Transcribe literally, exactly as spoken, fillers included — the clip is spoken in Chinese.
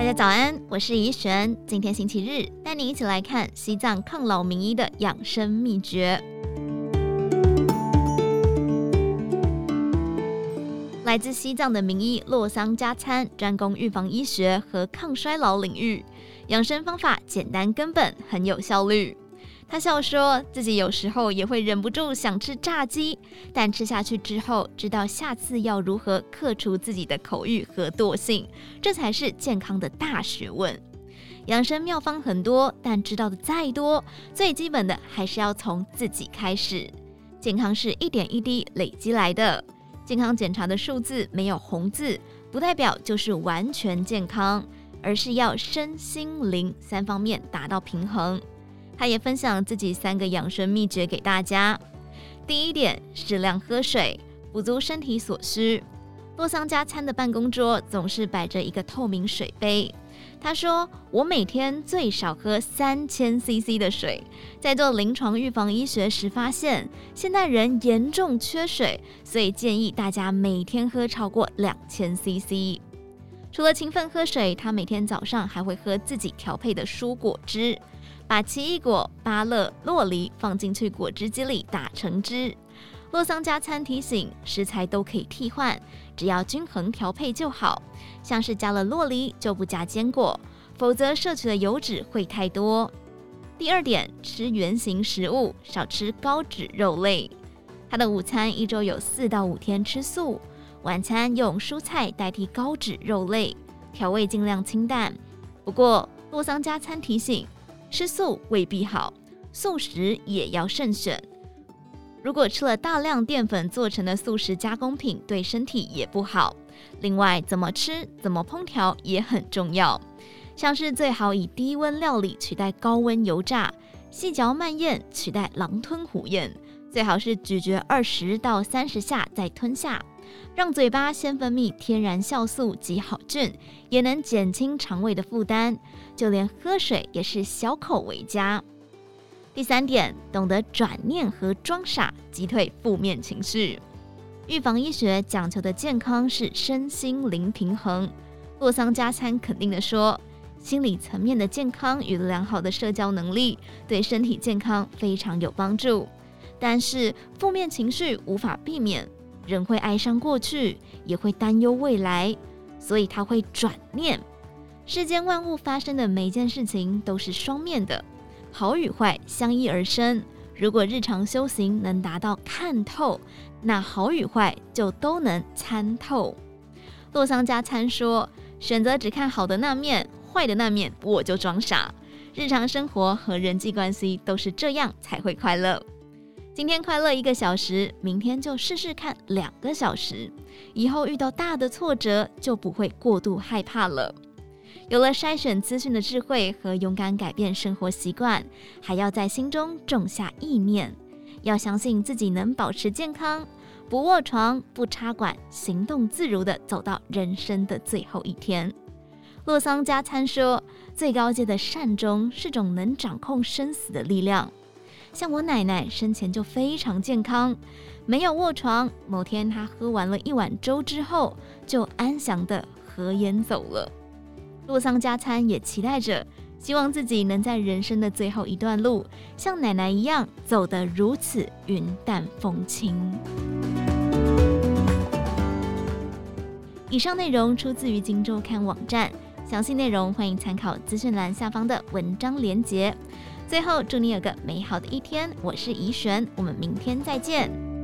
家早安，我是怡璇。今天星期日，带你一起来看西藏抗老名医的养生秘诀。来自西藏的名医洛桑加参，专攻预防医学和抗衰老领域，养生方法简单根本，很有效率。他笑说，自己有时候也会忍不住想吃炸鸡，但吃下去之后，知道下次要如何克除自己的口欲和惰性，这才是健康的大学问。养生妙方很多，但知道的再多，最基本的还是要从自己开始。健康是一点一滴累积来的，健康检查的数字没有红字，不代表就是完全健康，而是要身心灵三方面达到平衡。他也分享自己三个养生秘诀给大家。第一点，适量喝水，补足身体所需。洛桑加参的办公桌总是摆着一个透明水杯。他说，我每天最少喝三千 C C 的水。在做临床预防医学时发现，现代人严重缺水，所以建议大家每天喝超过两千 C C。除了勤奋喝水，他每天早上还会喝自己调配的蔬果汁。把奇异果、芭乐、酪梨放进去果汁机里打成汁。洛桑加参提醒，食材都可以替换，只要均衡调配就好。像是加了酪梨就不加坚果，否则摄取的油脂会太多。第二点，吃原型食物，少吃高脂肉类。他的午餐一周有四到五天吃素，晚餐用蔬菜代替高脂肉类，调味尽量清淡。不过洛桑加参提醒，吃素未必好，素食也要慎选。如果吃了大量淀粉做成的素食加工品，对身体也不好。另外，怎么吃、怎么烹调也很重要。像是最好以低温料理取代高温油炸，细嚼慢咽取代狼吞虎咽，最好是咀嚼二十到三十下再吞下，让嘴巴先分泌天然酵素及好菌，也能减轻肠胃的负担。就连喝水也是小口为佳。第三点，懂得转念和装傻，击退负面情绪。预防医学讲求的健康是身心灵平衡。洛桑加参肯定地说，心理层面的健康与良好的社交能力对身体健康非常有帮助。但是负面情绪无法避免，人会哀伤过去，也会担忧未来，所以他会转念。世间万物发生的每一件事情都是双面的，好与坏相依而生。如果日常修行能达到看透，那好与坏就都能参透。洛桑加参说，选择只看好的那面，坏的那面我就装傻。日常生活和人际关系都是这样才会快乐。今天快乐一个小时，明天就试试看两个小时，以后遇到大的挫折就不会过度害怕了。有了筛选资讯的智慧和勇敢改变生活习惯，还要在心中种下意念，要相信自己能保持健康，不卧床，不插管，行动自如地走到人生的最后一天。洛桑加参说，最高阶的善终是种能掌控生死的力量。像我奶奶生前就非常健康，没有卧床，某天她喝完了一碗粥之后，就安详地合眼走了。洛桑加参也期待着，希望自己能在人生的最后一段路，像奶奶一样走得如此云淡风轻。以上内容出自于今周刊网站，详细内容欢迎参考资讯栏下方的文章连结。最后，祝你有个美好的一天，我是怡璇，我们明天再见。